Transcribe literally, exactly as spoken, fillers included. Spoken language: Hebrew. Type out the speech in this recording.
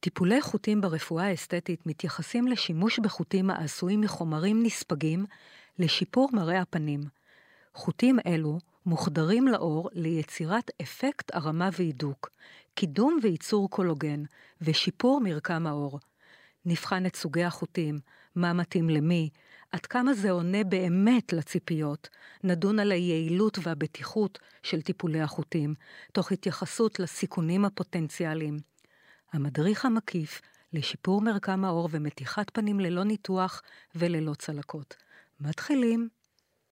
טיפולי חוטים ברפואה האסתטית מתייחסים לשימוש בחוטים העשויים מחומרים נספגים לשיפור מראה הפנים. חוטים אלו מוחדרים לאור ליצירת אפקט הרמה והידוק, קידום וייצור קולוגן ושיפור מרקם האור. נבחן את סוגי החוטים, מה מתאים למי, עד כמה זה עונה באמת לציפיות, נדון על היעילות והבטיחות של טיפולי החוטים, תוך התייחסות לסיכונים הפוטנציאליים. המדריך המקיף לשיפור מרקם האור ומתיחת פנים ללא ניתוח וללא צלקות. מתחילים.